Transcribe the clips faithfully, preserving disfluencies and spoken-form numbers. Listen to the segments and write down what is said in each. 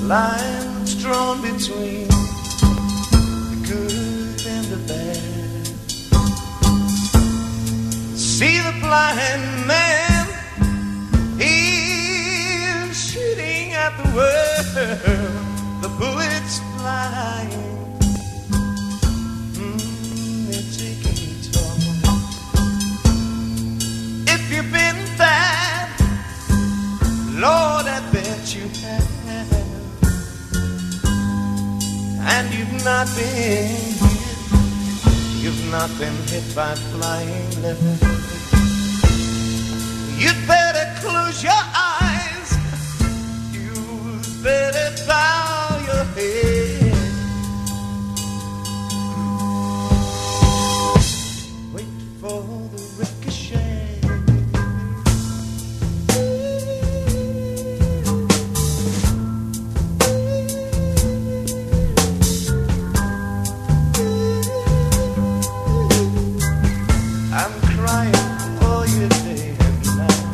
lines drawn between the good and the bad. See the blind man, he's shooting at the world, the bullets flying. Mm, they're taking its toll. If you've been bad, Lord, I bet you have. And you've not been hit, you've not been hit by flying lead. You'd better close your eyes, you'd better bow your head. Wait for the ricochet. I'm crying for you day and night.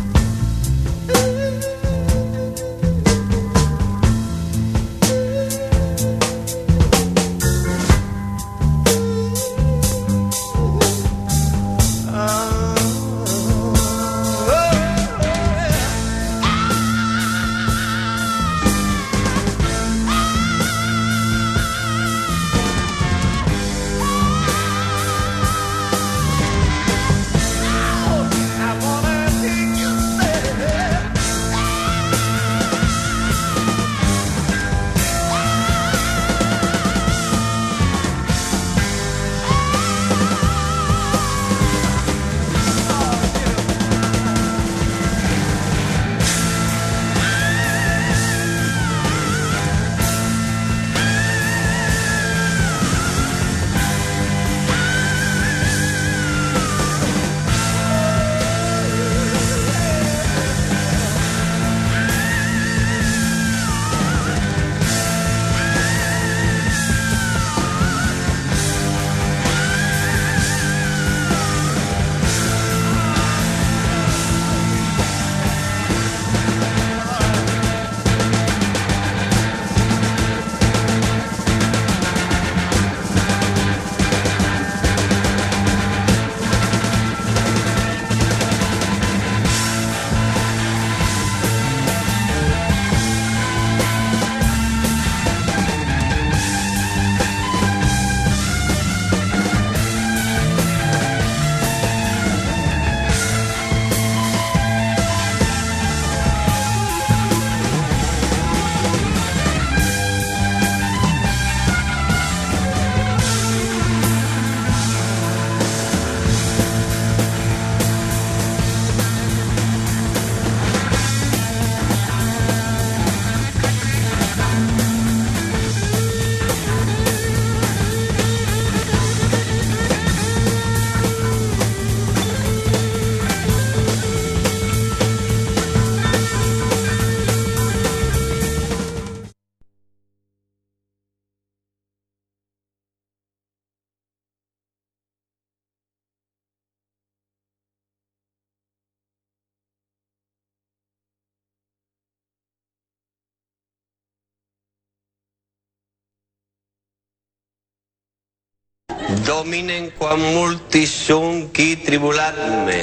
Dominen quam multis sunt qui tribulat me,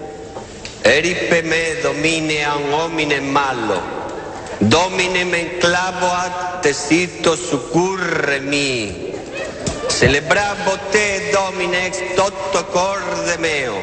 eripe me domine an homine malo, domine men clavoat tesito succurre mi, celebrabo te domine ex toto corde meo,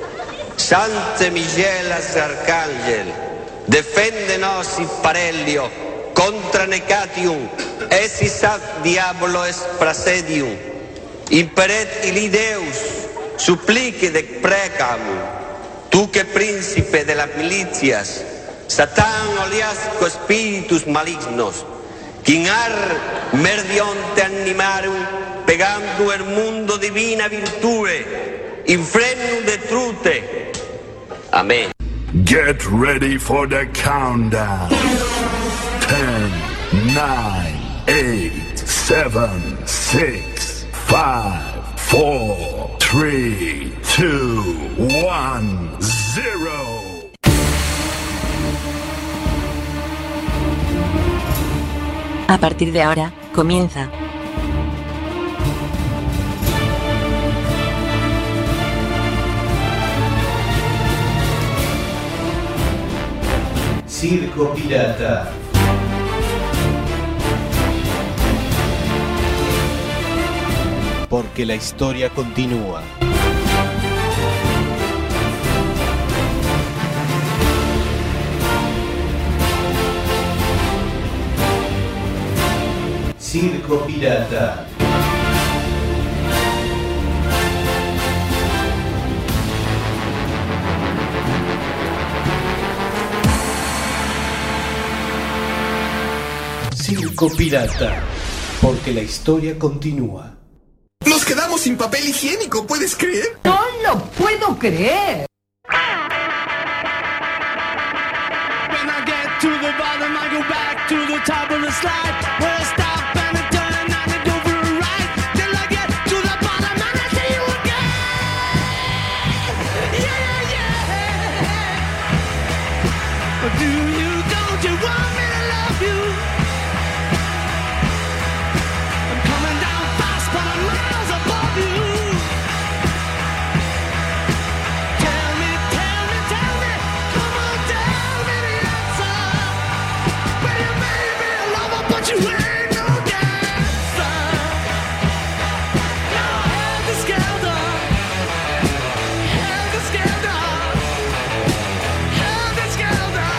Sante Migelas Arcangel, defende nos in parellio, contra necatium, esis ad diabolo es prasedium, imperet ili Deus, supplicit precam, tu que príncipe de las milicias, Satán oliasco spiritus malignos, quinar merdionte animarum, pegando el mundo divina virtue, infrenum detrute. Amén. Get ready for the countdown. Ten, nine, eight, seven, six, five, four, three, two, one, zero. A partir de ahora, comienza. Circo Pirata. Porque la historia continúa. Circo Pirata. Circo Pirata, porque la historia continúa. Nos quedamos sin papel higiénico, ¿puedes creer? No lo puedo creer. When I get to the bottom, I go back to the top of the slide. Where I stop and I turn and I go for a ride. Till I get to the bottom and I see you again. Yeah, yeah. But do you, don't you want me to love you? I'm coming down fast, but I'm miles above you. Tell me, tell me, tell me, come on, tell me the answer. Well, you may be a lover, but you ain't no dancer. Now helter skelter, helter skelter, helter skelter.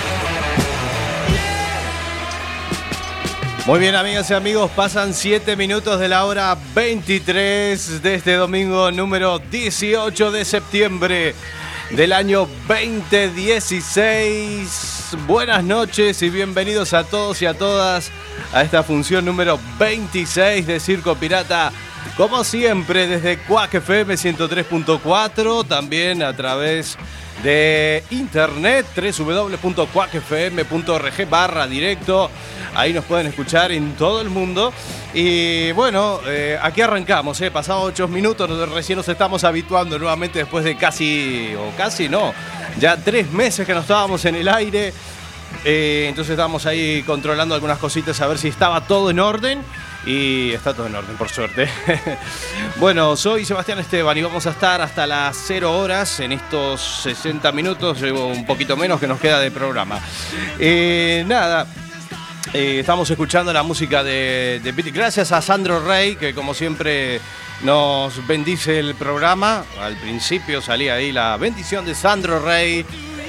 Muy bien, amigas y amigos, pasan siete minutos de la hora veintitrés de este domingo número dieciocho de septiembre del año veinte dieciséis. Buenas noches y bienvenidos a todos y a todas a esta función número veintiséis de Circo Pirata. Como siempre, desde Quack F M ciento tres punto cuatro, también a través de internet, doble u doble u doble u punto quack f m punto org barra directo. Ahí nos pueden escuchar en todo el mundo. Y bueno, eh, aquí arrancamos, ¿eh? Pasados ocho minutos, recién nos estamos habituando nuevamente después de casi, o casi no, ya tres meses que no estábamos en el aire. Eh, entonces estábamos ahí controlando algunas cositas a ver si estaba todo en orden. Y está todo en orden, por suerte. Bueno, soy Sebastián Esteban y vamos a estar hasta las cero horas en estos sesenta minutos. Llevo un poquito menos que nos queda de programa. Eh, nada... Eh, estamos escuchando la música de, de Beatles. Gracias a Sandro Rey, que como siempre nos bendice el programa. Al principio salía ahí la bendición de Sandro Rey.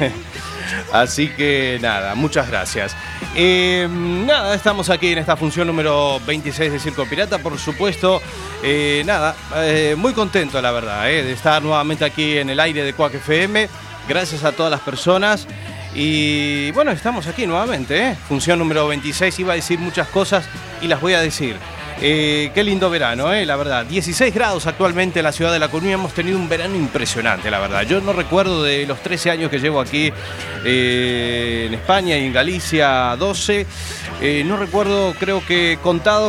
Así que nada, muchas gracias. Eh, nada, estamos aquí en esta función número veintiséis de Circo Pirata, por supuesto. Eh, nada, eh, muy contento la verdad eh, de estar nuevamente aquí en el aire de Quack F M. Gracias a todas las personas. Y bueno, estamos aquí nuevamente, ¿eh? Función número veintiséis, iba a decir muchas cosas y las voy a decir. Eh, qué lindo verano, ¿eh? La verdad. dieciséis grados actualmente en la ciudad de La Coruña. Hemos tenido un verano impresionante, la verdad. Yo no recuerdo de los trece años que llevo aquí eh, en España y en Galicia, doce. Eh, no recuerdo, creo que contado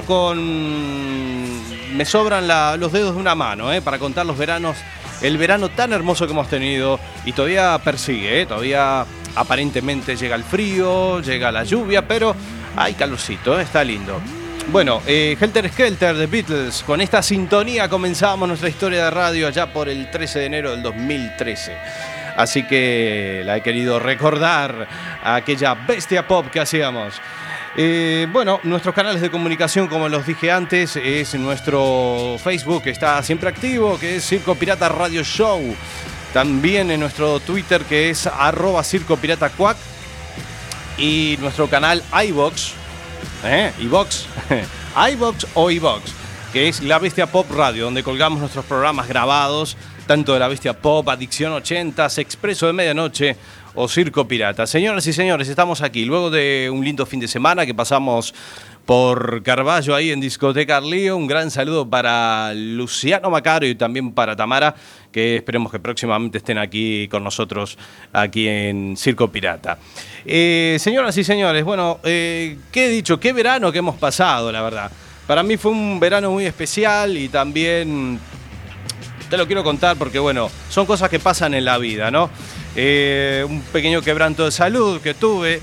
con... Me sobran la, los dedos de una mano, ¿eh? Para contar los veranos, el verano tan hermoso que hemos tenido. Y todavía persigue, ¿eh? Todavía... Aparentemente llega el frío, llega la lluvia, pero hay calorcito, ¿eh? Está lindo. Bueno, eh, Helter Skelter de Beatles. Con esta sintonía comenzamos nuestra historia de radio allá por el trece de enero del dos mil trece. Así que la he querido recordar a aquella bestia pop que hacíamos. Eh, bueno, nuestros canales de comunicación, como los dije antes, es nuestro Facebook, que está siempre activo, que es Circo Pirata Radio Show. También en nuestro Twitter, que es arroba Circo Pirata Quack. Y nuestro canal iVox, ¿eh? iVox, iVox o iVox, que es La Bestia Pop Radio, donde colgamos nuestros programas grabados, tanto de La Bestia Pop, Adicción ochentas, Expreso de Medianoche o Circo Pirata. Señoras y señores, estamos aquí luego de un lindo fin de semana que pasamos por Carballo ahí en Discoteca Arlío. Un gran saludo para Luciano Macario y también para Tamara, que esperemos que próximamente estén aquí con nosotros aquí en Circo Pirata. Eh, señoras y señores, bueno, eh, ¿qué he dicho? ¿Qué verano que hemos pasado, la verdad? Para mí fue un verano muy especial y también te lo quiero contar porque, bueno, son cosas que pasan en la vida, ¿no? Eh, un pequeño quebranto de salud que tuve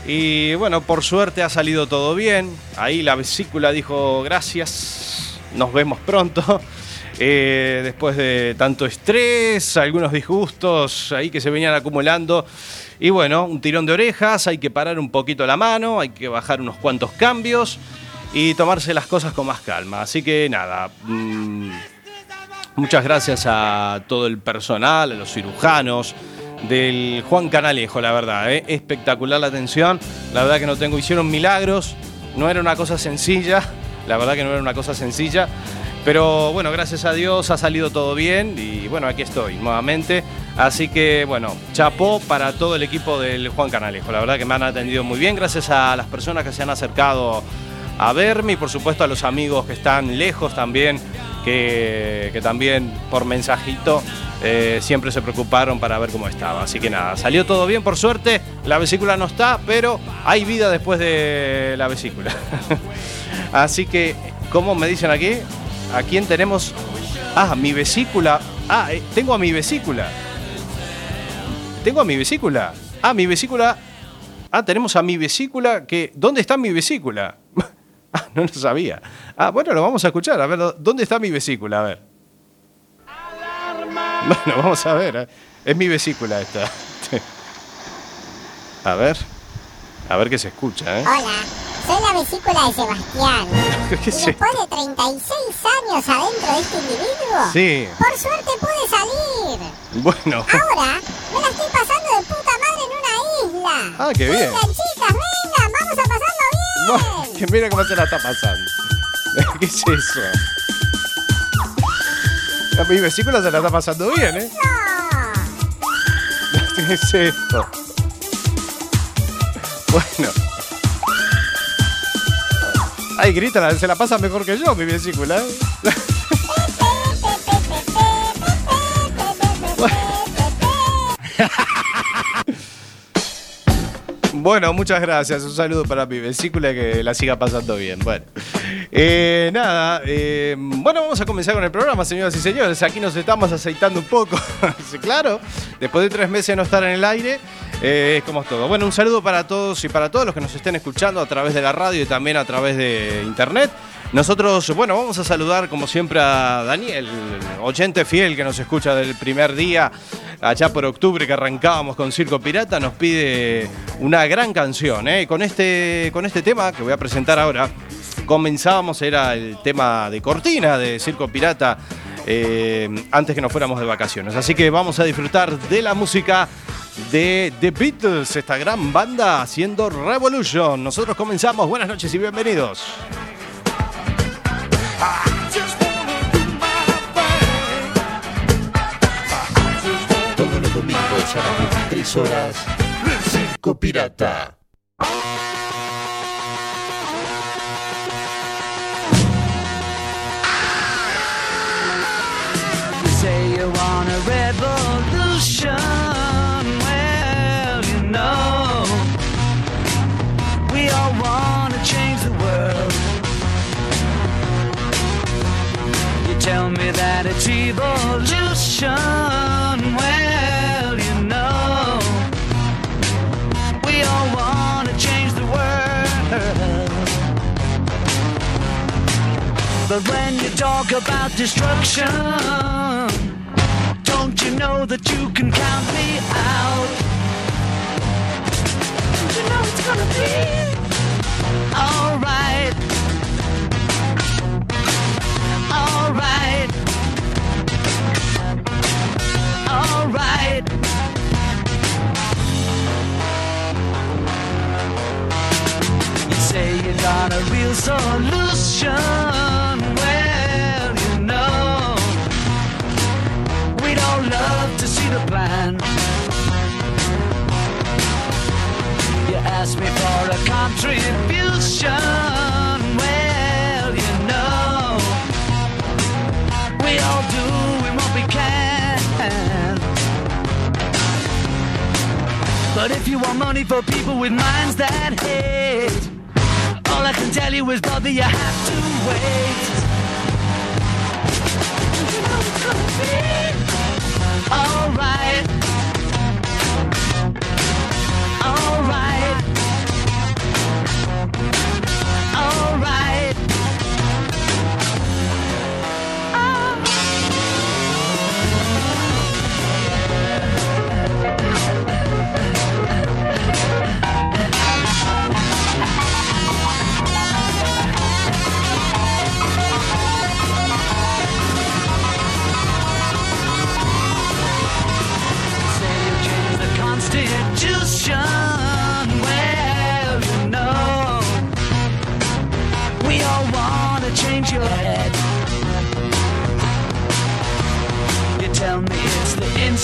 Y bueno, por suerte ha salido todo bien. Ahí la vesícula dijo gracias, nos vemos pronto. Eh, después de tanto estrés, algunos disgustos ahí que se venían acumulando. Y bueno, un tirón de orejas, hay que parar un poquito la mano, hay que bajar unos cuantos cambios y tomarse las cosas con más calma. Así que nada, mmm, muchas gracias a todo el personal, a los cirujanos del Juan Canalejo, la verdad, ¿eh? Espectacular la atención, la verdad que no tengo, hicieron milagros, no era una cosa sencilla, la verdad que no era una cosa sencilla, pero bueno, gracias a Dios ha salido todo bien y bueno, aquí estoy nuevamente, así que bueno, chapó para todo el equipo del Juan Canalejo, la verdad que me han atendido muy bien, gracias a las personas que se han acercado a verme y por supuesto a los amigos que están lejos también, que, que también por mensajito eh, siempre se preocuparon para ver cómo estaba. Así que nada, salió todo bien por suerte, la vesícula no está, pero hay vida después de la vesícula. Así que, ¿cómo me dicen aquí? ¿A quién tenemos? Ah, mi vesícula. Ah, eh, tengo a mi vesícula. Tengo a mi vesícula. Ah, mi vesícula. Ah, tenemos a mi vesícula que... ¿Dónde está mi vesícula? Ah, no lo sabía. Ah, bueno, lo vamos a escuchar. A ver, ¿dónde está mi vesícula? A ver. ¡Alarma! Bueno, vamos a ver. ¿eh? Es mi vesícula esta. A ver. A ver qué se escucha, ¿eh? Hola, soy la vesícula de Sebastián. ¿Qué y sé? después de treinta y seis años adentro de este individuo, Sí. por suerte pude salir. Bueno. Ahora me la estoy pasando de puta madre en una isla. Ah, qué bien. Vengan, chicas, vengan, vamos a pasarlo bien. Que mira cómo se la está pasando. ¿Qué es eso? A mi vesícula se la está pasando bien, ¿eh? No. ¿Qué es esto? Bueno. Ay, grita, se la pasa mejor que yo, mi vesícula, ¿eh? Bueno, muchas gracias. Un saludo para mi vesícula, que la siga pasando bien. Bueno, eh, nada. Eh, bueno, vamos a comenzar con el programa, señoras y señores. Aquí nos estamos aceitando un poco. Sí, claro, después de tres meses de no estar en el aire, eh, es como todo. Bueno, un saludo para todos y para todos los que nos estén escuchando a través de la radio y también a través de internet. Nosotros, bueno, vamos a saludar como siempre a Daniel, oyente fiel que nos escucha del primer día, allá por octubre que arrancábamos con Circo Pirata, nos pide una gran canción, ¿eh? Con este, con este tema que voy a presentar ahora, comenzábamos, era el tema de cortina de Circo Pirata, eh, antes que nos fuéramos de vacaciones. Así que vamos a disfrutar de la música de The Beatles, esta gran banda haciendo Revolution. Nosotros comenzamos, buenas noches y bienvenidos. Todos los domingos a las veintitrés horas, Circo Pirata. You say you want a revolution. Well, you know, we all want to change the world. Tell me that it's evolution. Well, you know, we all want to change the world. But when you talk about destruction, don't you know that you can count me out? Don't you know it's gonna be alright? Alright, alright. You say you got a real solution. Well, you know, we'd all love to see the plan. You ask me for a contribution. Well, you know, we all doing what we can. But if you want money for people with minds that hate, all I can tell you is, brother, you have to wait. Don't you know it's gonna be alright? Alright.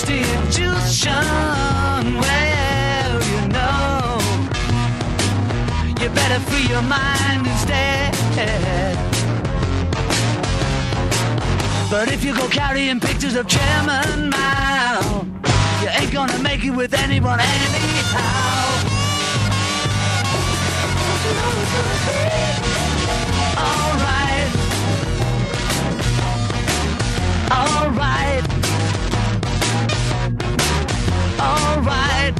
prostitution. Well, you know, you better free your mind instead. But if you go carrying pictures of Chairman Mao, you ain't gonna make it with anyone anyhow. Alright, alright, alright.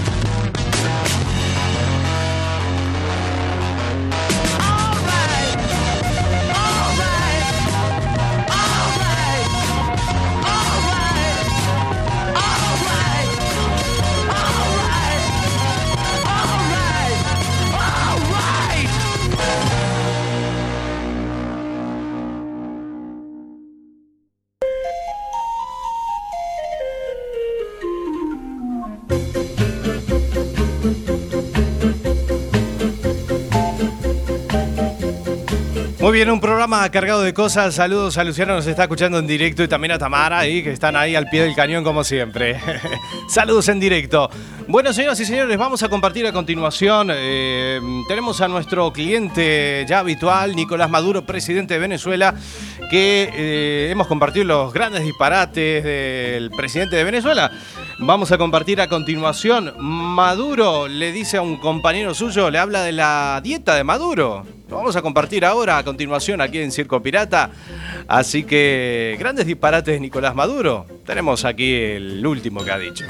Muy bien, un programa cargado de cosas. Saludos a Luciano, nos está escuchando en directo, y también a Tamara, ahí, que están ahí al pie del cañón como siempre. Saludos en directo. Bueno, señoras y señores, vamos a compartir a continuación. Eh, tenemos a nuestro cliente ya habitual, Nicolás Maduro, presidente de Venezuela, que eh, hemos compartido los grandes disparates del presidente de Venezuela. Vamos a compartir a continuación. Maduro le dice a un compañero suyo, le habla de la dieta de Maduro. Lo vamos a compartir ahora a continuación aquí en Circo Pirata. Así que, grandes disparates de Nicolás Maduro. Tenemos aquí el último que ha dicho.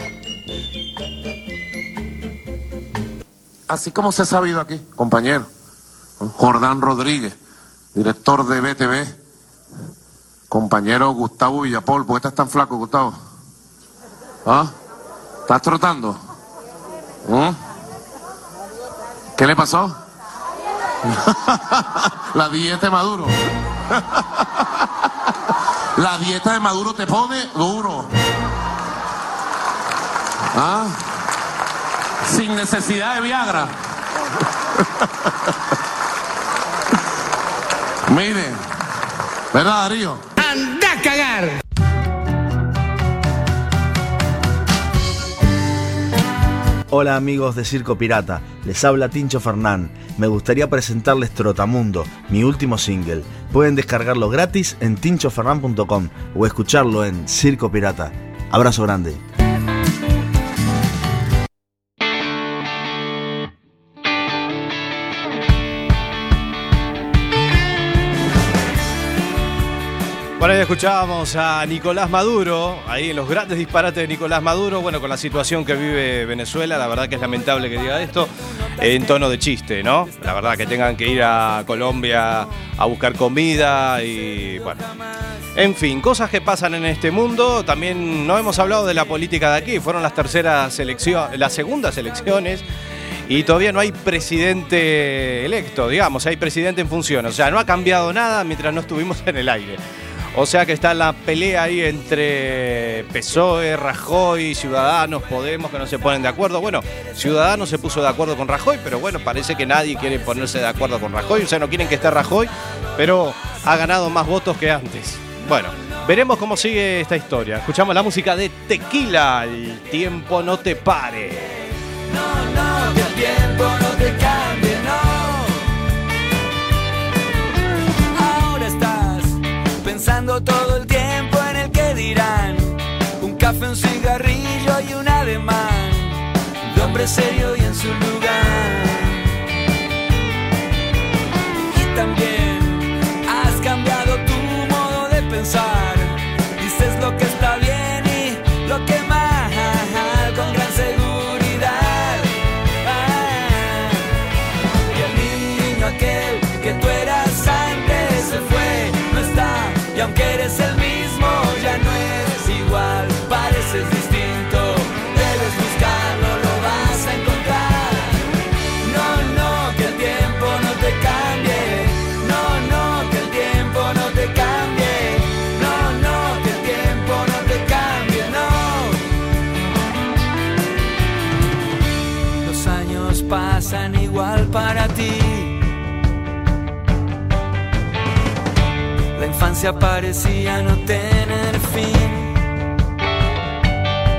Así como se ha sabido aquí, compañero, Jordán Rodríguez, director de B T V, compañero Gustavo Villapol. ¿Por qué estás tan flaco, Gustavo? ¿Ah? ¿Estás trotando? ¿Mm? ¿Qué le pasó? La dieta de Maduro. La dieta de Maduro te pone duro. ¿Ah? Sin necesidad de Viagra. Mire, ¿verdad, Darío? ¡Anda a cagar! Hola amigos de Circo Pirata, les habla Tincho Fernán. Me gustaría presentarles Trotamundo, mi último single. Pueden descargarlo gratis en tincho fernan punto com o escucharlo en Circo Pirata. Abrazo grande. Por ahí escuchábamos a Nicolás Maduro, ahí en los grandes disparates de Nicolás Maduro. Bueno, con la situación que vive Venezuela, la verdad que es lamentable que diga esto, en tono de chiste, ¿no? La verdad que tengan que ir a Colombia a buscar comida y bueno. En fin, cosas que pasan en este mundo. También no hemos hablado de la política de aquí, fueron las terceras elecciones, las segundas elecciones. Y todavía no hay presidente electo, digamos, hay presidente en función. O sea, no ha cambiado nada mientras no estuvimos en el aire. O sea que está la pelea ahí entre P S O E, Rajoy, Ciudadanos, Podemos, que no se ponen de acuerdo. Bueno, Ciudadanos se puso de acuerdo con Rajoy, pero bueno, parece que nadie quiere ponerse de acuerdo con Rajoy. O sea, no quieren que esté Rajoy, pero ha ganado más votos que antes. Bueno, veremos cómo sigue esta historia. Escuchamos la música de Tequila, El tiempo no te pare. No, no, que el tiempo no te cambie, no. Ahora estás pensando todo el tiempo en el que dirán. Un café, un cigarrillo y un ademán de hombre serio y en su lugar. Y también has cambiado tu modo de pensar. Dices lo que está bien y lo que mal, con gran seguridad. Ah, y el niño aquel que tú eras antes se fue, no está. Y aunque eres el mismo, ya no es igual. Pareces distinto, debes buscarlo, lo vas a encontrar. No, no, que el tiempo no te cambie. No, no, que el tiempo no te cambie. No, no, que el tiempo no te cambie, no. Los años pasan igual para ti. La infancia parecía no tener fin.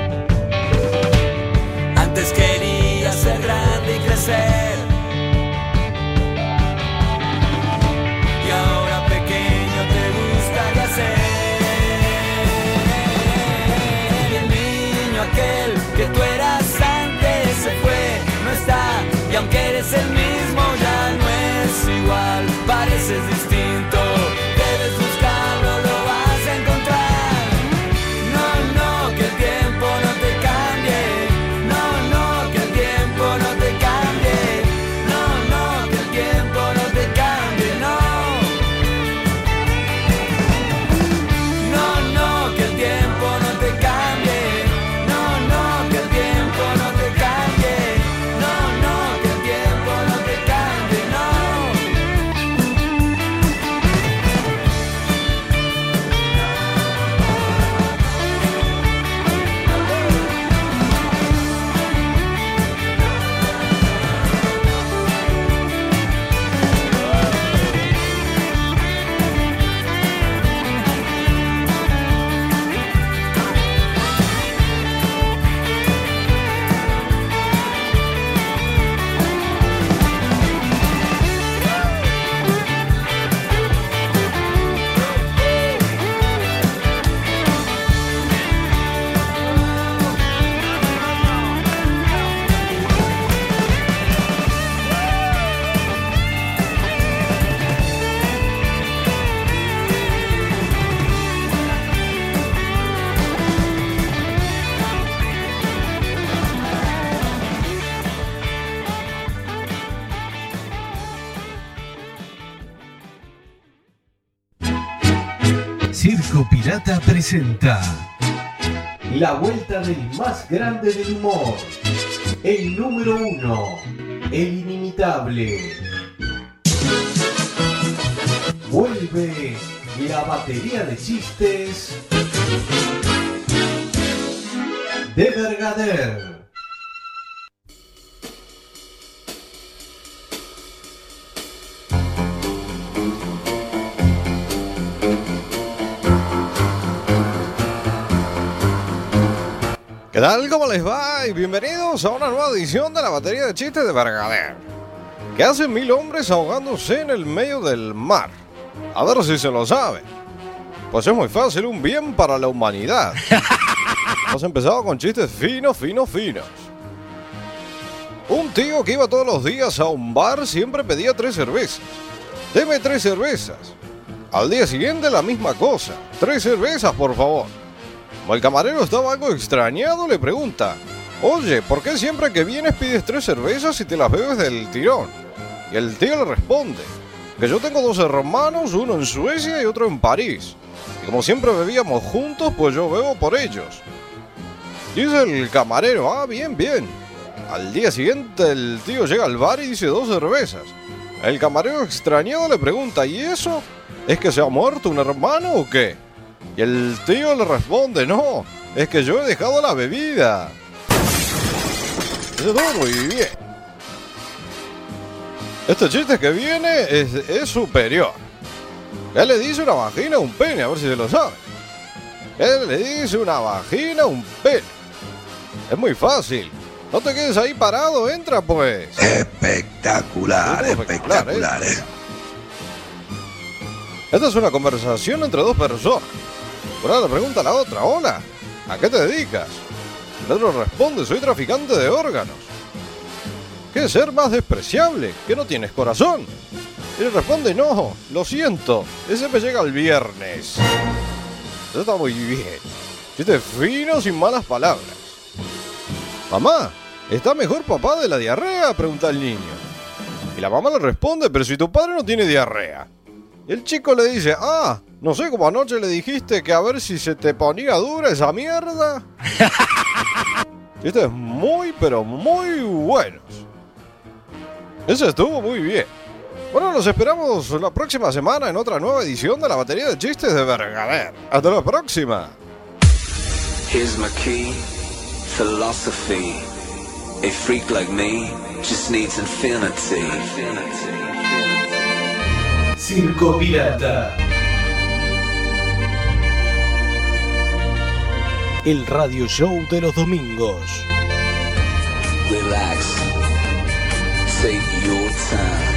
Circo Pirata presenta la vuelta del más grande del humor, el número uno, el inimitable. Vuelve la batería de chistes de Vergader. ¿Qué tal? ¿Cómo les va? Y bienvenidos a una nueva edición de la batería de chistes de Vergader. ¿Qué hacen mil hombres ahogándose en el medio del mar? A ver si se lo saben. Pues es muy fácil, un bien para la humanidad. Hemos empezado con chistes finos, finos, finos. Un tío que iba todos los días a un bar siempre pedía tres cervezas. Deme tres cervezas. Al día siguiente la misma cosa. Tres cervezas, por favor. Como el camarero estaba algo extrañado, le pregunta: oye, ¿por qué siempre que vienes pides tres cervezas y te las bebes del tirón? Y el tío le responde: que yo tengo dos hermanos, uno en Suecia y otro en París. Y como siempre bebíamos juntos, pues yo bebo por ellos. Dice el camarero: ah, bien, bien. Al día siguiente el tío llega al bar y dice dos cervezas. El camarero extrañado le pregunta: ¿y eso? ¿Es que se ha muerto un hermano o qué? Y el tío le responde: no, es que yo he dejado la bebida. Eso todo muy bien. Este chiste que viene es, es superior. ¿Qué le dice una vagina a un pene? A ver si se lo sabe. ¿Qué le dice una vagina a un pene? Es muy fácil. No te quedes ahí parado, entra pues. Espectacular, espectacular, espectacular ¿eh? Esta es una conversación entre dos personas. Una le pregunta a la otra: hola, ¿a qué te dedicas? El otro responde: soy traficante de órganos. ¿Qué ser más despreciable? ¿Que no tienes corazón? Y le responde: no, lo siento, ese me llega el viernes. Eso está muy bien. Chiste fino, sin malas palabras. Mamá, ¿está mejor papá de la diarrea?, pregunta el niño. Y la mamá le responde: pero si tu padre no tiene diarrea. Y el chico le dice: ah, no sé, como anoche le dijiste que a ver si se te ponía dura esa mierda. Chistes muy, pero muy buenos. Ese estuvo muy bien. Bueno, los esperamos la próxima semana en otra nueva edición de la batería de chistes de Vergader. Hasta la próxima. Here's my key, philosophy. A freak like me just needs infinity. Circo Pirata. El radio show de los domingos. Relax. Take your time.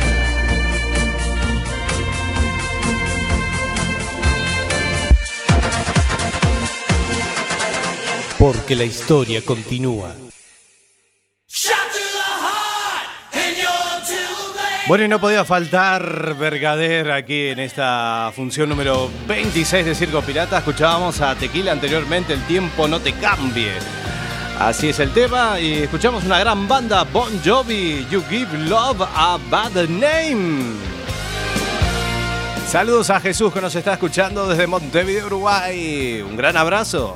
Porque la historia continúa. Bueno, y no podía faltar Vergader aquí en esta función número veintiséis de Circo Pirata. Escuchábamos a Tequila anteriormente, El tiempo no te cambie. Así es el tema, y escuchamos una gran banda, Bon Jovi, You Give Love a Bad Name. Saludos a Jesús, que nos está escuchando desde Montevideo, Uruguay. Un gran abrazo.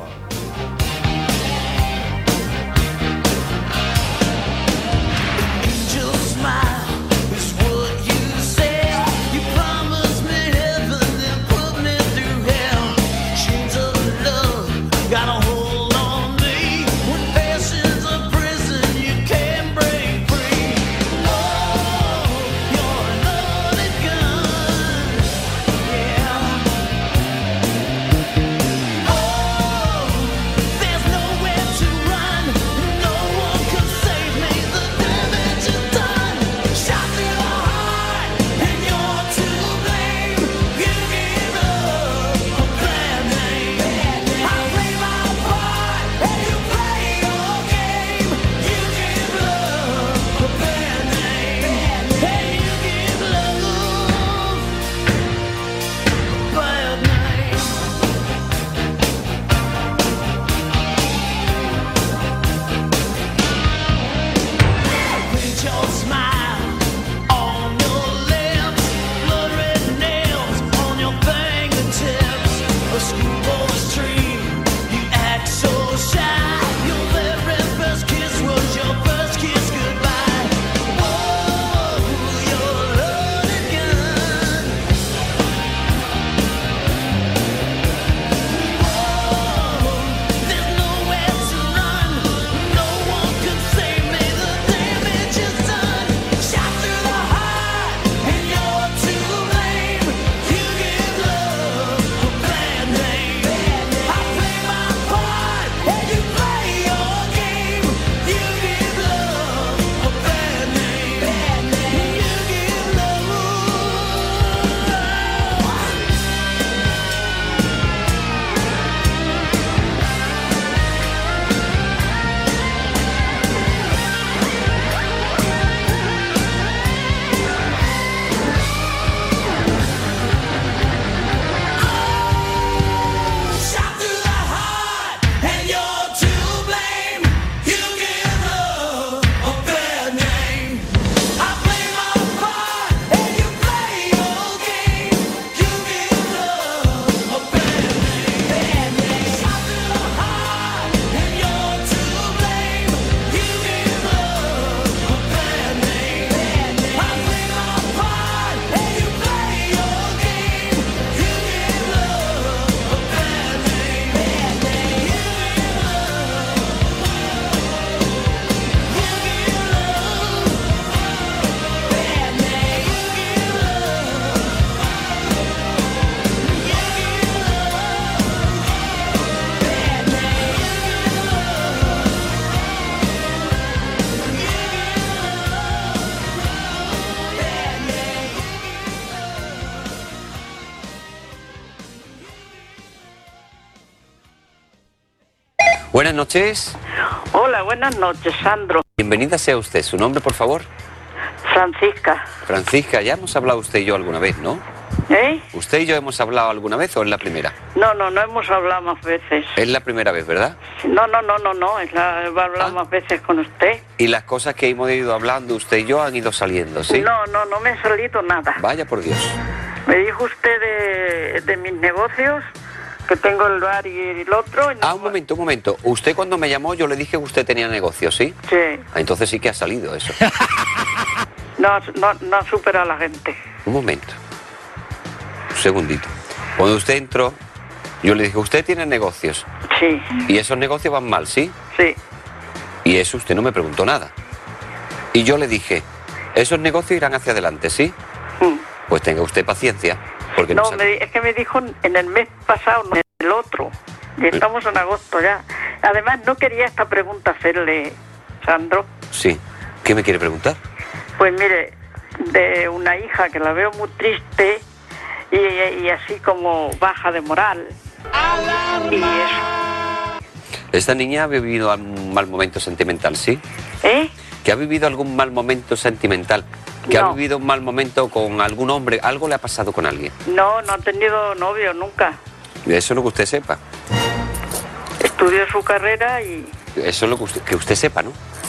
Buenas noches. Hola, buenas noches, Sandro. Bienvenida sea usted. ¿Su nombre, por favor? Francisca. Francisca, ya hemos hablado usted y yo alguna vez, ¿no? ¿Eh? ¿Usted y yo hemos hablado alguna vez o es la primera? No, no, no hemos hablado más veces. Es la primera vez, ¿verdad? No, no, no, no, no, es la, he hablado ¿Ah? más veces con usted. Y las cosas que hemos ido hablando usted y yo han ido saliendo, ¿sí? No, no, no me ha salido nada. Vaya por Dios. Me dijo usted de, de mis negocios, que tengo el bar y el otro. Y no... Ah, un momento, un momento. Usted cuando me llamó yo le dije que usted tenía negocio, ¿sí? Sí. Ah, entonces sí que ha salido eso. No, no, no supera a la gente. Un momento. Un segundito. Cuando usted entró, yo le dije, usted tiene negocios. Sí. Y esos negocios van mal, ¿sí? Sí. Y eso usted no me preguntó nada. Y yo le dije, esos negocios irán hacia adelante, ¿sí? Mm. Pues tenga usted paciencia. Porque no, no me, es que me dijo en el mes pasado, no en el otro. Y estamos en agosto ya. Además, no quería esta pregunta hacerle, Sandro. Sí. ¿Qué me quiere preguntar? Pues mire, de una hija que la veo muy triste y, y así como baja de moral. Y eso. Esta niña ha vivido un mal momento sentimental, ¿sí? ¿Eh? Que ha vivido algún mal momento sentimental. Que No. ha vivido un mal momento con algún hombre. Algo le ha pasado con alguien. No, no ha tenido novio nunca. Eso es lo que usted sepa. Estudió su carrera y... Eso es lo que usted, que usted sepa, ¿no?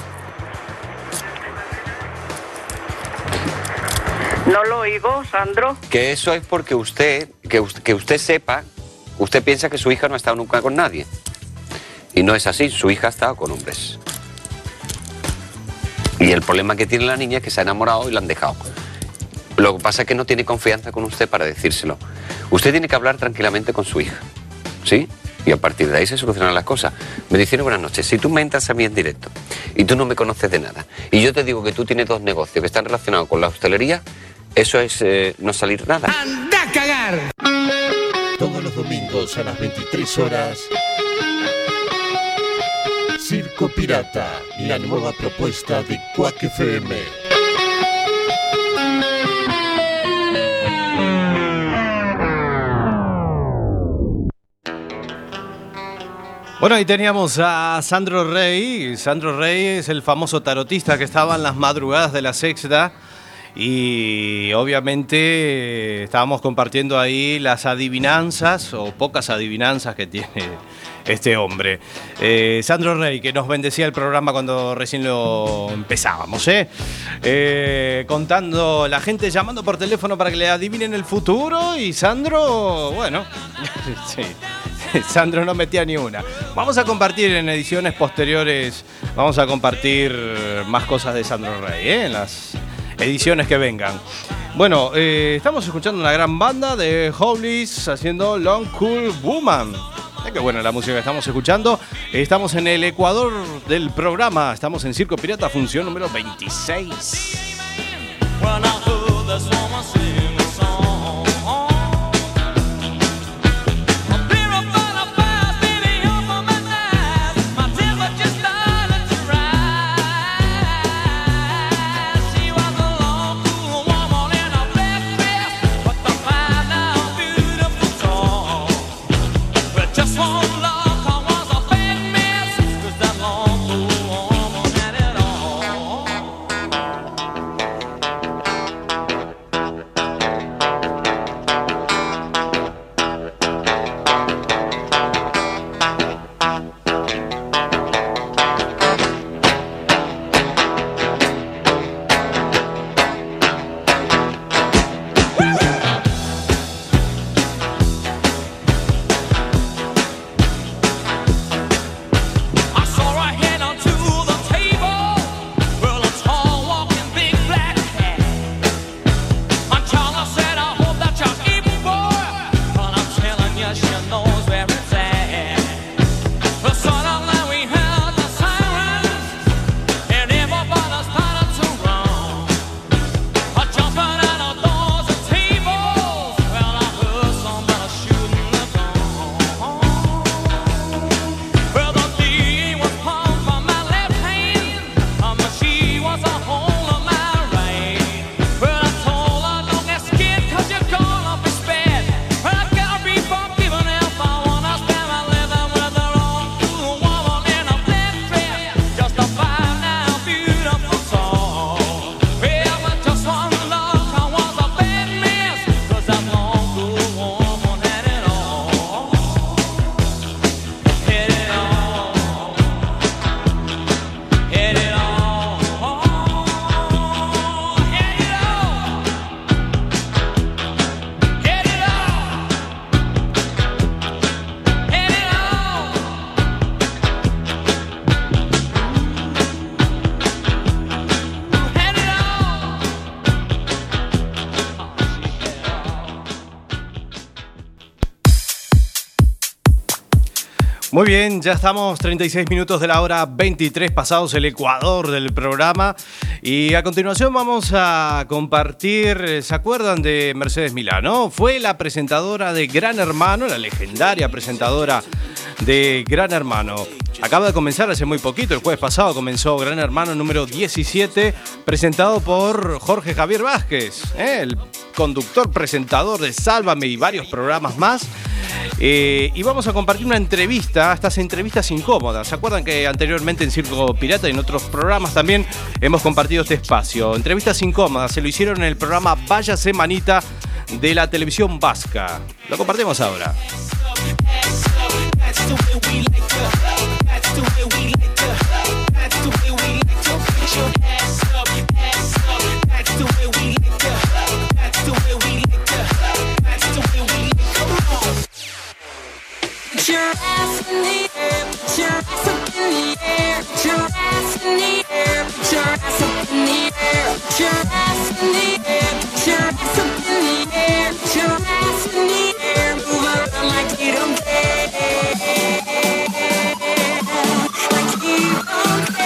¿No lo oigo, Sandro? Que eso es porque usted, que usted, que usted sepa, usted piensa que su hija no ha estado nunca con nadie. Y no es así, su hija ha estado con hombres. Y el problema que tiene la niña es que se ha enamorado y la han dejado. Lo que pasa es que no tiene confianza con usted para decírselo. Usted tiene que hablar tranquilamente con su hija, ¿sí? Y a partir de ahí se solucionan las cosas. Me dicen, buenas noches, si tú me entras a mí en directo y tú no me conoces de nada, y yo te digo que tú tienes dos negocios que están relacionados con la hostelería, eso es eh, no salir nada. ¡Anda a cagar! Todos los domingos a las veintitrés horas, Circo Pirata, la nueva propuesta de Quack F M. Bueno, ahí teníamos a Sandro Rey. Sandro Rey es el famoso tarotista que estaba en las madrugadas de la sexta. Y obviamente estábamos compartiendo ahí las adivinanzas o pocas adivinanzas que tiene este hombre. Eh, Sandro Rey, que nos bendecía el programa cuando recién lo empezábamos, ¿eh? Eh, contando, la gente llamando por teléfono para que le adivinen el futuro y Sandro, bueno, sí. Sandro no metía ni una. Vamos a compartir en ediciones posteriores, vamos a compartir más cosas de Sandro Rey, ¿eh? En las ediciones que vengan. Bueno, eh, estamos escuchando una gran banda de Hollies haciendo Long Cool Woman. Eh, qué buena la música que estamos escuchando. Estamos en el Ecuador del programa. Estamos en Circo Pirata, función número veintiséis. Muy bien, ya estamos treinta y seis minutos de la hora veintitrés pasados el ecuador del programa y a continuación vamos a compartir, ¿se acuerdan de Mercedes Milá, no? Fue la presentadora de Gran Hermano, la legendaria presentadora de Gran Hermano. Acaba de comenzar hace muy poquito, el jueves pasado comenzó Gran Hermano número diecisiete, presentado por Jorge Javier Vázquez, ¿eh? El conductor, presentador de Sálvame y varios programas más. Eh, y vamos a compartir una entrevista, estas entrevistas incómodas. ¿Se acuerdan que anteriormente en Circo Pirata y en otros programas también hemos compartido este espacio? Entrevistas incómodas, se lo hicieron en el programa Vaya Semanita de la televisión vasca. Lo compartimos ahora. Put your ass in the air, put your ass up in the air, put your ass in the air, put your ass up in the air, put your ass in the air, put your ass up in the air, put your ass in the air, move around like you don't care, like you don't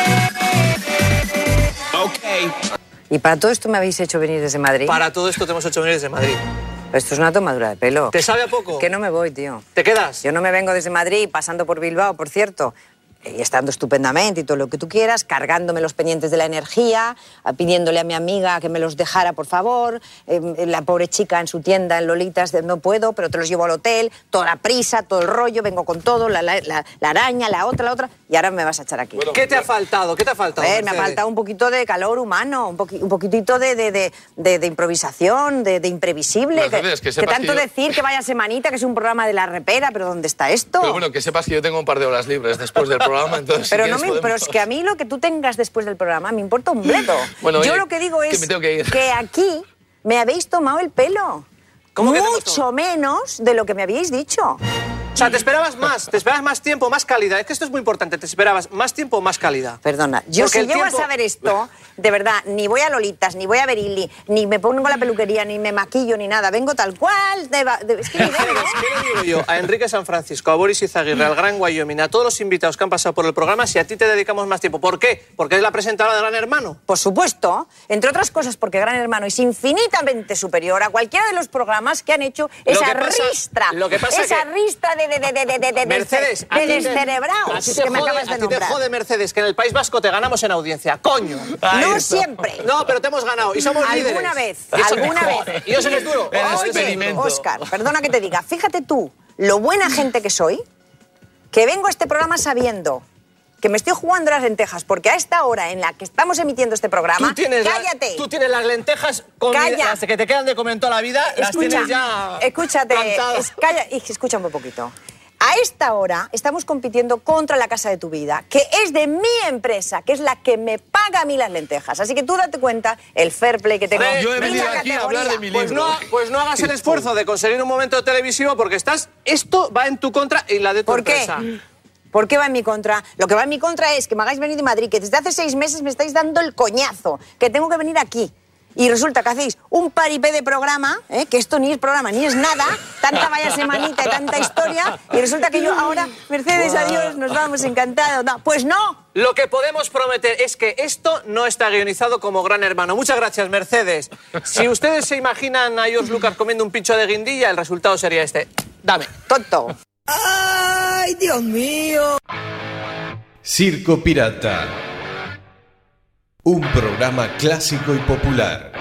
care. Okay. ¿Y para todo esto me habéis hecho venir desde Madrid? Para todo esto te hemos hecho venir desde Madrid. Esto es una tomadura de pelo. ¿Te sabe a poco? Que no me voy, tío. ¿Te quedas? Yo no me vengo desde Madrid, pasando por Bilbao, por cierto, y estando estupendamente y todo lo que tú quieras, cargándome los pendientes de la energía, pidiéndole a mi amiga que me los dejara, por favor, eh, la pobre chica en su tienda, en Lolitas, de, no puedo, pero te los llevo al hotel, toda la prisa, todo el rollo, vengo con todo, la, la, la, la araña, la otra, la otra, y ahora me vas a echar aquí. Bueno, ¿qué te ha faltado? ¿Qué te ha faltado? A ver, me ha faltado un poquito de calor humano, un, poqui, un poquitito de, de, de, de, de improvisación, de, de imprevisible. Mercedes, que, que, sepas que tanto que yo... decir que vaya semanita, que es un programa de la repera, pero ¿dónde está esto? Pero bueno, que sepas que yo tengo un par de horas libres después del programa, entonces... Pero, si no me, podemos... pero es que a mí lo que tú tengas después del programa me importa un bledo. Bueno, yo oye, lo que digo es que, me tengo que, ir. que aquí me habéis tomado el pelo. ¿Cómo que Mucho menos de lo que me habíais dicho. O sea, te esperabas más, te esperabas más tiempo, más calidad. Es que esto es muy importante, te esperabas más tiempo o más calidad. Perdona, yo Porque si llego tiempo... a saber esto, de verdad, ni voy a Lolitas, ni voy a Berili, ni me pongo la peluquería, ni me maquillo, ni nada. Vengo tal cual. De, de, es que ni vengo. ¿Qué le digo yo a Enrique San Francisco, a Boris Izaguirre, al Gran Wyoming, a todos los invitados que han pasado por el programa, si a ti te dedicamos más tiempo? ¿Por qué? ¿Porque es la presentadora de Gran Hermano? Por supuesto, entre otras cosas porque Gran Hermano es infinitamente superior a cualquiera de los programas que han hecho esa pasa, ristra, lo que pasa esa que... ristra de, de, de, de, de, de, Mercedes, de descerebrados a ti te que me jode, acabas de a ti nombrar. te jode, Mercedes, que en el País Vasco te ganamos en audiencia. ¡Coño! No está. Siempre. No, pero te hemos ganado y somos líderes. Alguna vez, y eso alguna vez. Y yo sé que es duro. Oye, Óscar, perdona que te diga, fíjate tú, lo buena gente que soy, que vengo a este programa sabiendo que me estoy jugando las lentejas, porque a esta hora en la que estamos emitiendo este programa, tú tienes cállate. La, tú tienes las lentejas comidas, las que te quedan de comer en toda la vida, Escucha, las tienes ya escúchate, es, calla, escúchame un poquito. A esta hora estamos compitiendo contra la casa de tu vida, que es de mi empresa, que es la que me paga a mí las lentejas. Así que tú date cuenta el fair play que tengo. Yo he venido aquí a hablar de mi libro. Pues no, pues no hagas el esfuerzo de conseguir un momento televisivo porque estás, esto va en tu contra y la de tu ¿Por empresa. qué? ¿Por qué va en mi contra? Lo que va en mi contra es que me hagáis venir de Madrid, que desde hace seis meses me estáis dando el coñazo, que tengo que venir aquí. Y resulta que hacéis un paripé de programa, ¿eh? Que esto ni es programa ni es nada, tanta vaya semanita y tanta historia, y resulta que yo ahora, Mercedes, adiós, nos vamos, encantados. No, pues no. Lo que podemos prometer es que esto no está guionizado como Gran Hermano. Muchas gracias, Mercedes. Si ustedes se imaginan a George Lucas comiendo un pincho de guindilla, el resultado sería este. Dame. Tonto. ¡Ay, Dios mío! Circo Pirata. Un programa clásico y popular.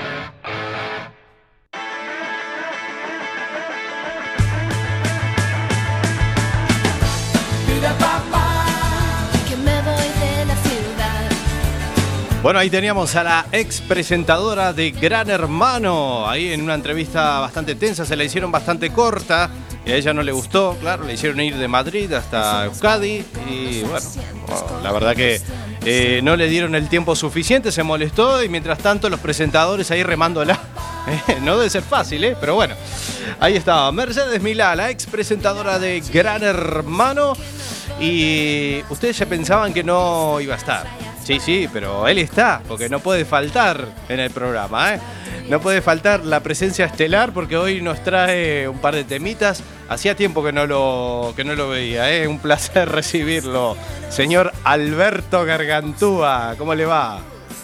Que me voy de la ciudad. Bueno, ahí teníamos a la ex presentadora de Gran Hermano, ahí en una entrevista bastante tensa, se la hicieron bastante corta y a ella no le gustó, claro, le hicieron ir de Madrid hasta Euskadi y bueno, oh, la verdad que eh, no le dieron el tiempo suficiente, se molestó y mientras tanto los presentadores ahí remándola, eh, no debe ser fácil, ¿eh? Pero bueno, ahí estaba Mercedes Milá, la ex presentadora de Gran Hermano y ustedes ya pensaban que no iba a estar. Sí, sí, pero él está, porque no puede faltar en el programa, ¿eh? no puede faltar la presencia estelar porque hoy nos trae un par de temitas. Hacía tiempo que no lo, que no lo veía, ¿eh? Un placer recibirlo. Señor Alberto Gargantúa, ¿cómo le va?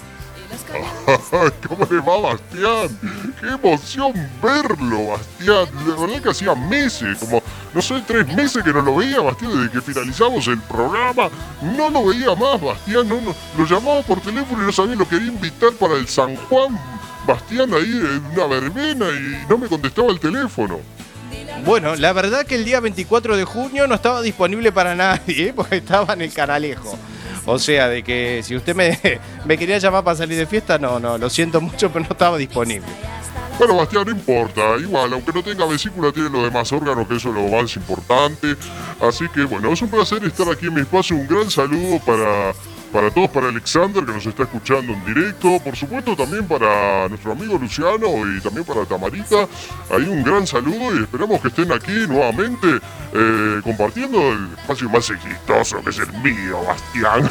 ¿Cómo le va, Bastián? ¡Qué emoción verlo, Bastián! La verdad que hacía meses, como, no sé, tres meses que no lo veía, Bastián, desde que finalizamos el programa. No lo veía más, Bastián. No, no, lo llamaba por teléfono y no sabía, lo quería invitar para el San Juan, Bastián, ahí en una verbena y no me contestaba el teléfono. Bueno, la verdad que el día veinticuatro de junio no estaba disponible para nadie, ¿eh? Porque estaba en el Canalejo. O sea, de que si usted me, me quería llamar para salir de fiesta, no, no, lo siento mucho, pero no estaba disponible. Bueno, Bastián, no importa. Igual, aunque no tenga vesícula, tiene los demás órganos, que eso es lo más importante. Así que, bueno, es un placer estar aquí en mi espacio. Un gran saludo para, para todos, para Alexander, que nos está escuchando en directo. Por supuesto, también para nuestro amigo Luciano y también para Tamarita. Ahí un gran saludo y esperamos que estén aquí nuevamente eh, compartiendo el espacio más exitoso, que es el mío, Bastián.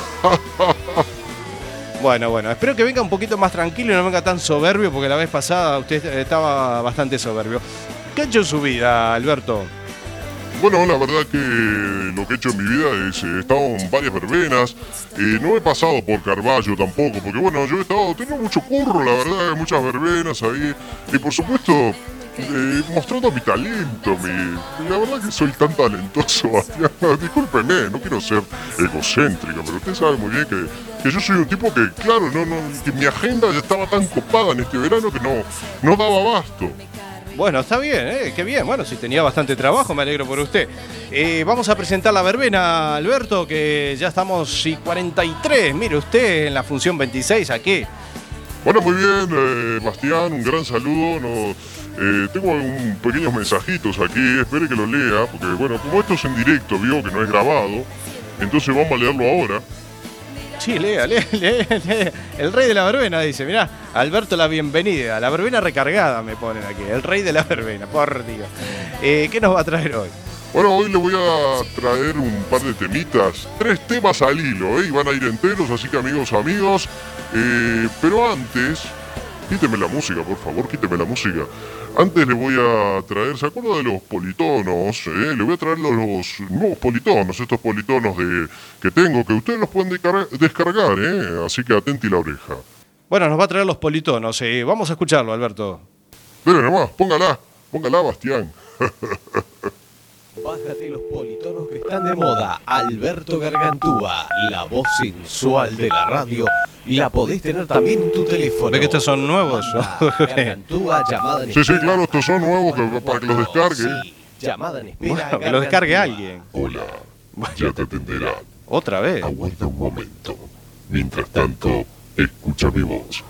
Bueno, bueno, espero que venga un poquito más tranquilo y no venga tan soberbio, porque la vez pasada usted estaba bastante soberbio. ¿Qué ha hecho en su vida, Alberto? Bueno, la verdad que lo que he hecho en mi vida es, he estado en varias verbenas, eh, no he pasado por Carballo tampoco, porque bueno, yo he estado, tengo mucho curro, la verdad, muchas verbenas ahí, y por supuesto, eh, mostrando mi talento, mi, la verdad que soy tan talentoso, Bastián, discúlpeme, no quiero ser egocéntrico, pero usted sabe muy bien que, que yo soy un tipo que, claro, no, no, que mi agenda ya estaba tan copada en este verano que no, no daba abasto. Bueno, está bien, ¿eh? Qué bien. Bueno, si tenía bastante trabajo, me alegro por usted. Eh, vamos a presentar la verbena, Alberto, que ya estamos y cuarenta y tres. Mire usted en la función veintiséis aquí. Bueno, muy bien, eh, Bastián, un gran saludo. No, eh, tengo un pequeños mensajitos aquí, espere que lo lea, porque bueno, como esto es en directo, vio que no es grabado, entonces vamos a leerlo ahora. Sí, lea, lea, lea, lea. El rey de la verbena dice, mirá, Alberto, la bienvenida. La verbena recargada me ponen aquí. El rey de la verbena, por Dios. Eh, ¿Qué nos va a traer hoy? Bueno, hoy le voy a traer un par de temitas. Tres temas al hilo, ¿eh? Y van a ir enteros, así que amigos, amigos. Eh, pero antes, quíteme la música, por favor, quíteme la música. Antes le voy a traer, ¿se acuerda de los politonos? Eh? Le voy a traer los, los nuevos politonos, estos politonos de, que tengo, que ustedes los pueden descargar, descargar ¿eh? Así que atenti la oreja. Bueno, nos va a traer los politonos, eh. Vamos a escucharlo, Alberto. Dale nomás, póngala, póngala, Bastián. Bájate los politonos que están de moda. Alberto Gargantúa, la voz sensual de la radio. La podés tener también en tu teléfono. ¿Ve que estos son nuevos? Gargantúa, llamada en Sí, sí, claro, estos son nuevos que, para que los descargue. Sí, llamada en espera. Bueno, que lo descargue alguien. Hola, ya te atenderán. ¿Otra vez? Aguarda un momento. Mientras tanto, escucha mi voz.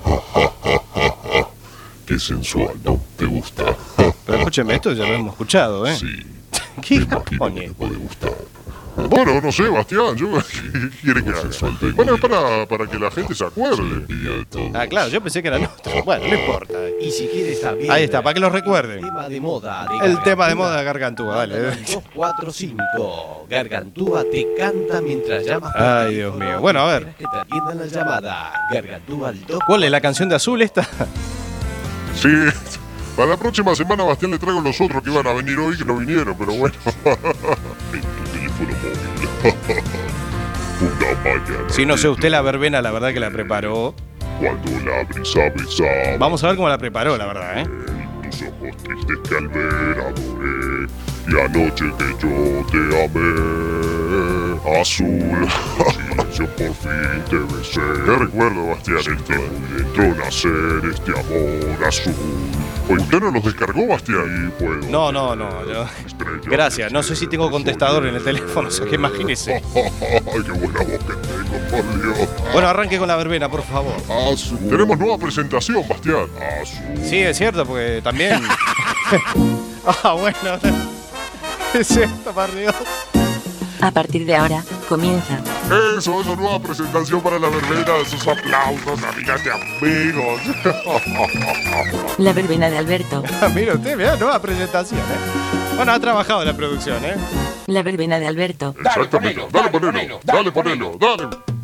Qué sensual, ¿no? ¿Te gusta? Pero escúcheme, esto ya lo hemos escuchado, ¿eh? Sí. ¿Qué pone? Puede gustar. Bueno, no sé, Bastián, yo ¿qué quiere que haga? Bueno, es para, para que la gente se acuerde. Ah, claro, yo pensé que era el otro. Bueno, no importa. Y si quieres también. Ahí está, para que lo recuerden. El tema de moda. De el tema de moda de Gargantúa, dale. dos cuatro cinco. Gargantúa te canta mientras llamas. Ay, Dios mío. Bueno, a ver. Que te atiendan la llamada. Gargantúa al dos. ¿Cuál es la canción de Azul esta? Sí. Para la próxima semana, Bastián, le traigo los otros que iban a venir hoy que no vinieron, pero bueno. En tu teléfono móvil. Una mañana. Si no sé, usted la verbena, la verdad que la preparó. Cuando la brisa besaba. Vamos a ver cómo la preparó, la verdad, ¿eh? Tus ojos tristes que al ver adoré. Y anoche que yo te amé. Azul. Yo por fin te besé. Te recuerdo, Bastián, este dentro nacer este amor azul. ¿Usted no los descargó, Bastián? Y puedo. No, no, no. Yo... Gracias. No sé si tengo contestador en el teléfono, o sea que imagínese. Ay, qué buena voz que tengo, por Dios. Bueno, arranque con la verbena, por favor. Azul. Tenemos nueva presentación, Bastián. Azul. Sí, es cierto, porque también. Ah, bueno. Es esto, por Dios. A partir de ahora, comienza. Eso, eso, nueva presentación para la verbena. Esos aplausos, amigas y amigos. La verbena de Alberto. Mira usted, mira, nueva presentación, ¿eh? Bueno, ha trabajado en la producción, ¿eh? La verbena de Alberto. Exactamente. Dale, ponelo, dale, ponelo, dale.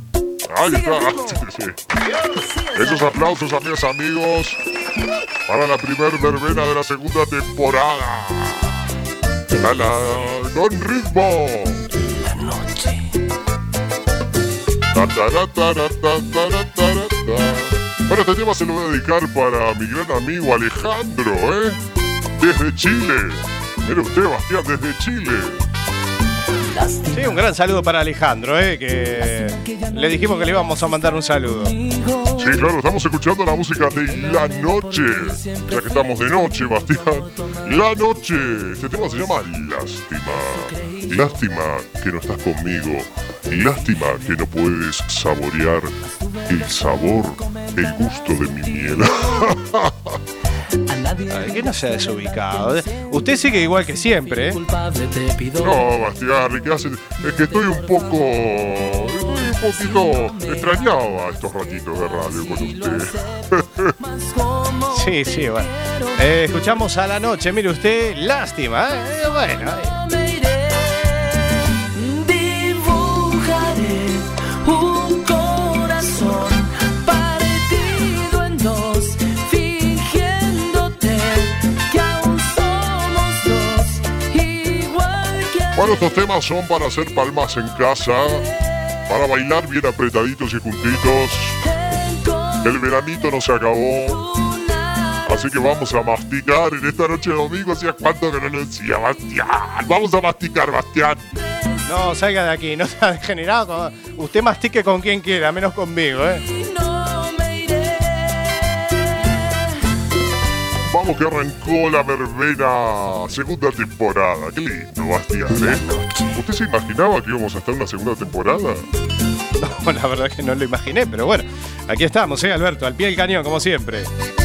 Ahí está. Sí, sí. Esos aplausos, amigas, amigos, para la primer verbena de la segunda temporada. La, la, con ritmo. La noche. Ta, ta, ta, ta, ta, ta, ta, ta, ta. Bueno, este tema se lo voy a dedicar para mi gran amigo Alejandro, ¿eh? Desde Chile. Mire usted, Bastián, desde Chile. Sí, un gran saludo para Alejandro, ¿eh? Que le dijimos que le íbamos a mandar un saludo. Sí, claro, estamos escuchando la música de La Noche. Ya que estamos de noche, Bastián. La Noche. Este tema se llama Lástima. Lástima que no estás conmigo. Lástima que no puedes saborear el sabor, el gusto de mi miel. Ay, que no sea desubicado. Usted sigue igual que siempre, ¿eh? No, Bastián, ¿qué hace? Es que estoy un poco... Estoy un poquito extrañado a estos ratitos de radio con usted. Sí, sí, bueno. Eh, escuchamos a La Noche, mire usted, lástima, ¿eh? Bueno, eh. Dibujaré un corazón partido en dos, fingiéndote que aún somos dos, igual que... Bueno, estos temas son para hacer palmas en casa, para bailar bien apretaditos y juntitos. El veranito no se acabó, así que vamos a masticar en esta noche de domingo. Hacía cuánto que no lo decía, Bastián. Vamos a masticar, Bastián. No, salga de aquí, no sea degenerado. Usted mastique con quien quiera, menos conmigo, ¿eh? Vamos que arrancó la verbena segunda temporada. Qué lindo, Bastián, ¿eh? ¿Usted se imaginaba que íbamos a estar en una segunda temporada? No, la verdad que no lo imaginé, pero bueno, aquí estamos, ¿eh, Alberto? Al pie del cañón, como siempre.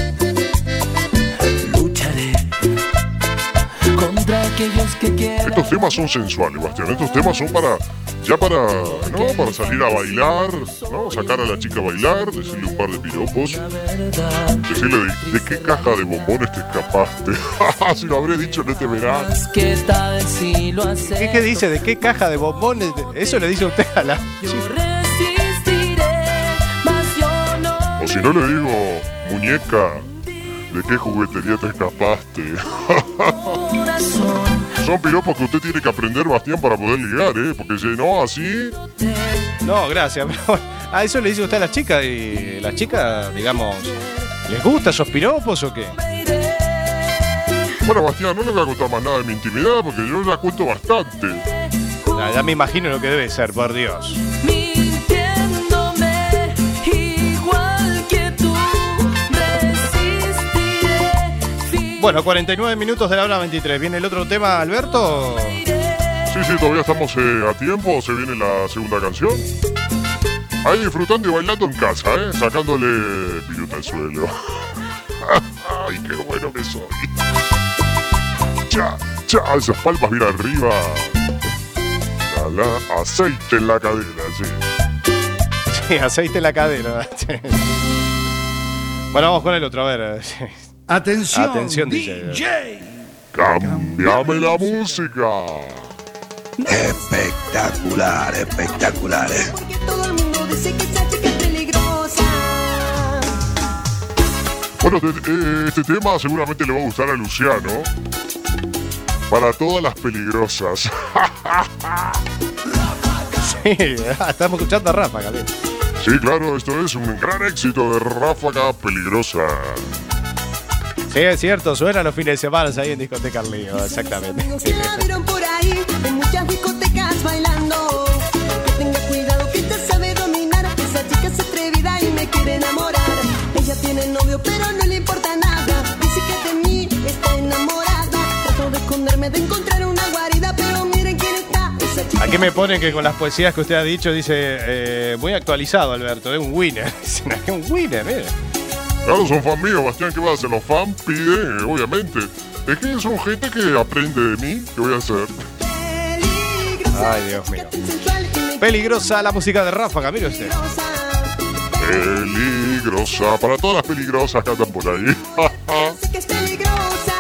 Lucharé contra aquellos que quieran. Estos temas son sensuales, Bastián. Estos temas son para... Ya para, ¿no? Para salir a bailar, ¿no? Sacar a la chica a bailar, decirle un par de piropos. Decirle de, de qué caja de bombones te escapaste. Si lo habré dicho en este verano. ¿Qué tal si lo haces? ¿Qué, ¿Qué dice? ¿De qué caja de bombones? Eso le dice usted a la chica. O si no le digo, muñeca, ¿de qué juguetería te escapaste? Son piropos que usted tiene que aprender, Bastián, para poder ligar, ¿eh? Porque si no, así... No, gracias, pero a eso le dice usted a las chicas y las chicas, digamos, ¿les gustan esos piropos o qué? Bueno, Bastián, no le voy a contar más nada de mi intimidad porque yo ya cuento bastante. Ya, ya me imagino lo que debe ser, por Dios. Bueno, cuarenta y nueve minutos de la hora veintitrés. ¿Viene el otro tema, Alberto? Sí, sí, todavía estamos eh, a tiempo. Se viene la segunda canción. Ahí disfrutando y bailando en casa, ¿eh? Sacándole piruta al suelo. Ay, qué bueno que soy. Ya, ya, esas palmas bien arriba. La, la, aceite en la cadera, sí. Sí, aceite en la cadera. Bueno, vamos con el otro, a ver. Atención, Atención D D J. J. Cambiame la música. Espectacular, espectacular. ¿Eh? Porque todo el mundo dice que esa chica es peligrosa. Bueno, te, este tema seguramente le va a gustar a Luciano. Para todas las peligrosas. Sí, estamos escuchando a Ráfaga. Bien. Sí, claro, esto es un gran éxito de Ráfaga Peligrosa. Sí, es cierto, suena los fines de semana ahí en Discoteca Lío, exactamente. Que la vieron por ahí, en muchas discotecas bailando. Que tenga cuidado que ella sabe dominar. Esa chica es atrevida y me quiere enamorar. Ella tiene novio pero no le importa nada. Dice que de mí está enamorada. Trato de esconderme, de encontrar una guarida, pero miren quién está. Esa chica. Aquí me ponen que con las poesías que usted ha dicho dice, eh, muy actualizado, Alberto, es un winner. Es un winner, mire. Claro, son fan míos, Bastián, ¿qué va a hacer? Los fans piden, obviamente. Es que son gente que aprende de mí, ¿qué voy a hacer? Ay, Dios mío. Peligrosa la música de Ráfaga, mire usted. Peligrosa, para todas las peligrosas que andan por ahí. Que es peligrosa.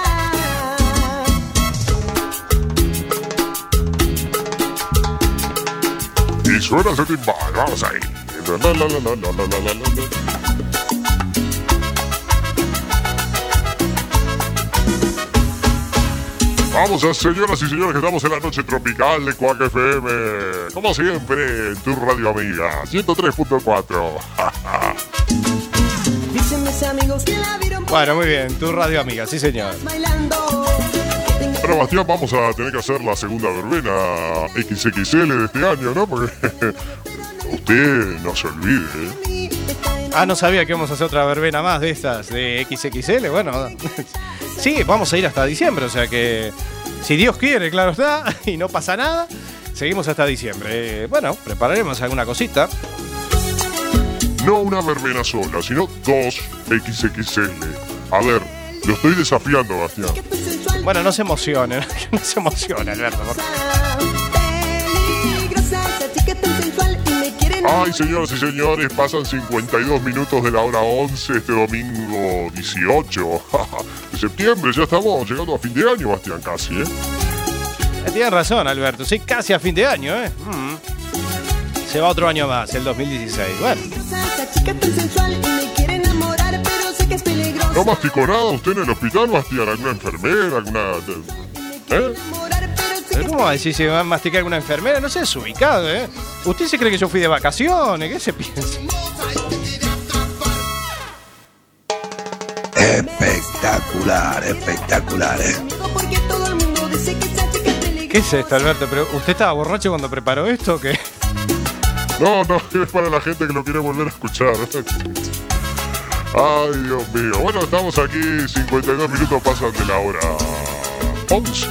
Y suena ese timbal, vamos ahí. La, la, la, la, la, la, la, la, la. Vamos a señoras y señores que estamos en la noche tropical de Quack F M. Como siempre, en tu radio amiga, ciento tres punto cuatro. Bueno, muy bien, tu radio amiga, sí señor. Bueno, Bastián, vamos a tener que hacer la segunda verbena equis equis ele de este año, ¿no? Porque usted no se olvide, ¿eh? Ah, no sabía que íbamos a hacer otra verbena más de estas, de equis equis ele. Bueno, sí, vamos a ir hasta diciembre, o sea que si Dios quiere, claro está, y no pasa nada, seguimos hasta diciembre. Bueno, prepararemos alguna cosita. No una verbena sola, sino dos equis equis ele. A ver, lo estoy desafiando, Bastián. Bueno, no se emocione, no se emocione, Alberto. Por... Ay, señoras y señores, pasan cincuenta y dos minutos de la hora once este domingo dieciocho de septiembre. Ya estamos llegando a fin de año, Bastián, casi, ¿eh? Tienes razón, Alberto, sí, casi a fin de año, ¿eh? Mm. Se va otro año más, el dos mil dieciséis. Bueno. ¿No masticó nada usted en el hospital, Bastián? ¿Alguna enfermera? ¿Alguna...? ¿Eh? ¿Pero cómo va a decir si va a masticar alguna enfermera? No sé, es ubicado, ¿eh? ¿Usted se cree que yo fui de vacaciones? ¿Qué se piensa? Espectacular, espectacular, ¿eh? ¿Qué es esto, Alberto? ¿Pero usted estaba borracho cuando preparó esto o qué? No, no, es para la gente que lo quiere volver a escuchar. Ay, Dios mío. Bueno, estamos aquí, cincuenta y dos minutos pasan de la hora once.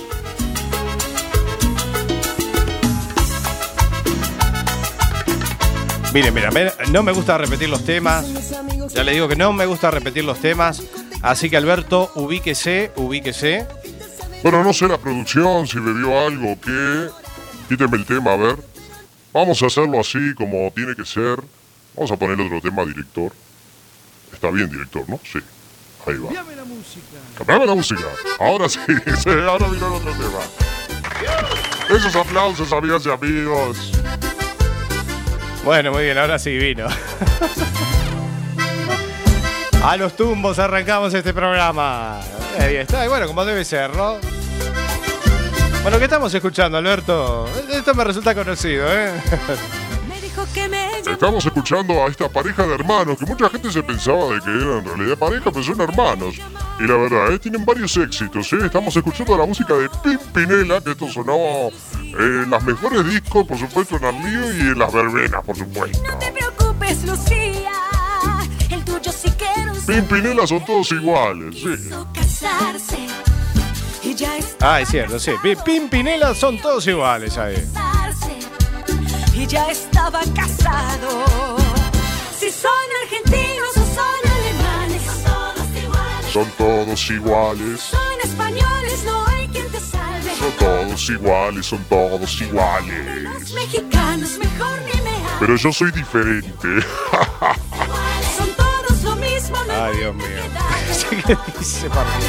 Miren, mira, no me gusta repetir los temas. Ya le digo que no me gusta repetir los temas. Así que, Alberto, ubíquese, ubíquese. Bueno, no sé la producción, si bebió algo o qué. Quíteme el tema, a ver. Vamos a hacerlo así, como tiene que ser. Vamos a poner otro tema, director. Está bien, director, ¿no? Sí. Ahí va. Cambiame la música. Cambiame la música. Ahora sí, sí, ahora vino el otro tema. Esos aplausos, amigas y amigos. Bueno, muy bien, ahora sí vino. A los tumbos arrancamos este programa. Ahí está, y bueno, como debe ser, ¿no? Bueno, ¿qué estamos escuchando, Alberto? Esto me resulta conocido, ¿eh? Estamos escuchando a esta pareja de hermanos, que mucha gente se pensaba de que eran en realidad pareja, pero son hermanos. Y la verdad, ¿eh? Tienen varios éxitos, ¿eh? Estamos escuchando la música de Pimpinela, que esto sonaba en las mejores discos, por supuesto, en Arlío y en las verbenas, por supuesto. No te preocupes, Lucía, el tuyo sí que no sé. Pimpinela son todos iguales, sí. Casarse, y ya está. Ah, es cierto, sí. Pimpinela son todos iguales ahí. Y ya estaba casado. Si son argentinos o son alemanes, son todos iguales. Son todos iguales. Son españoles, no hay quien te salve. Son todos iguales, son todos iguales. Los mexicanos mejor ni me hablan. Pero yo soy diferente. Son todos lo mismo. No. Ay, Dios mío. ¿Qué dice, Martín?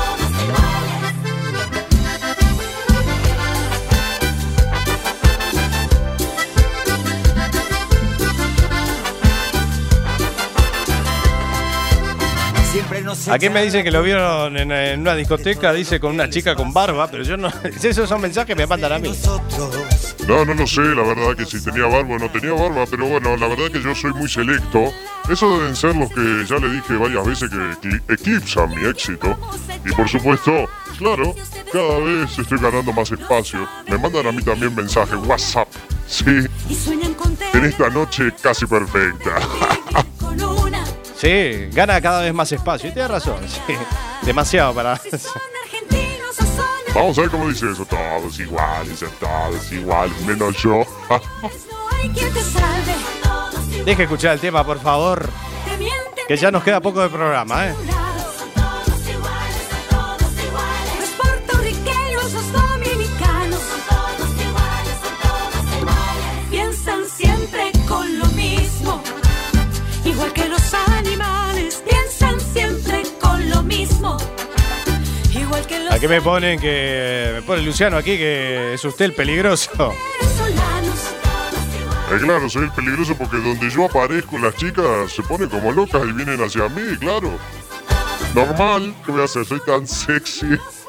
Aquí me dicen que lo vieron en, en una discoteca, dice, con una chica con barba, pero yo no... Esos son mensajes que me mandan a mí. No, no lo sé, la verdad que si tenía barba o no tenía barba, pero bueno, la verdad que yo soy muy selecto. Eso deben ser los que ya le dije varias veces que eclipsan mi éxito. Y por supuesto, claro, cada vez estoy ganando más espacio. Me mandan a mí también mensajes, WhatsApp, sí, en esta noche casi perfecta. Sí, gana cada vez más espacio. Y tienes razón, sí. Demasiado para... Vamos a ver cómo dice eso. Todos iguales, todos iguales, menos yo. Deje escuchar el tema, por favor. Que ya nos queda poco de programa, ¿eh? Piensan siempre con lo mismo. Igual que los animales piensan siempre con lo mismo. Igual que los Aquí me ponen que... Me pone Luciano aquí que es usted el peligroso. Eh, claro, soy el peligroso porque donde yo aparezco las chicas se ponen como locas y vienen hacia mí, claro. Normal, ¿qué voy a hacer? Soy tan sexy.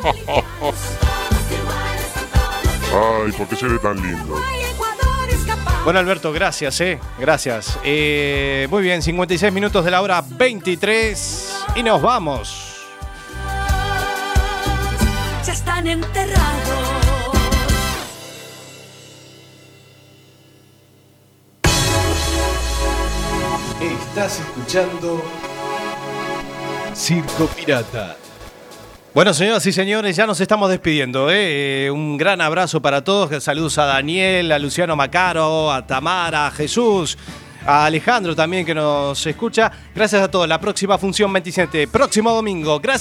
Ay, ¿por qué seré tan lindo? Bueno, Alberto, gracias, eh. Gracias. Eh, muy bien, cincuenta y seis minutos de la hora veintitrés y nos vamos. Ya están enterrados. Estás escuchando Circo Pirata. Bueno, señoras y señores, ya nos estamos despidiendo, ¿eh? Un gran abrazo para todos. Saludos a Daniel, a Luciano Macaro, a Tamara, a Jesús, a Alejandro también que nos escucha. Gracias a todos. La próxima función veintisiete, próximo domingo. Gracias.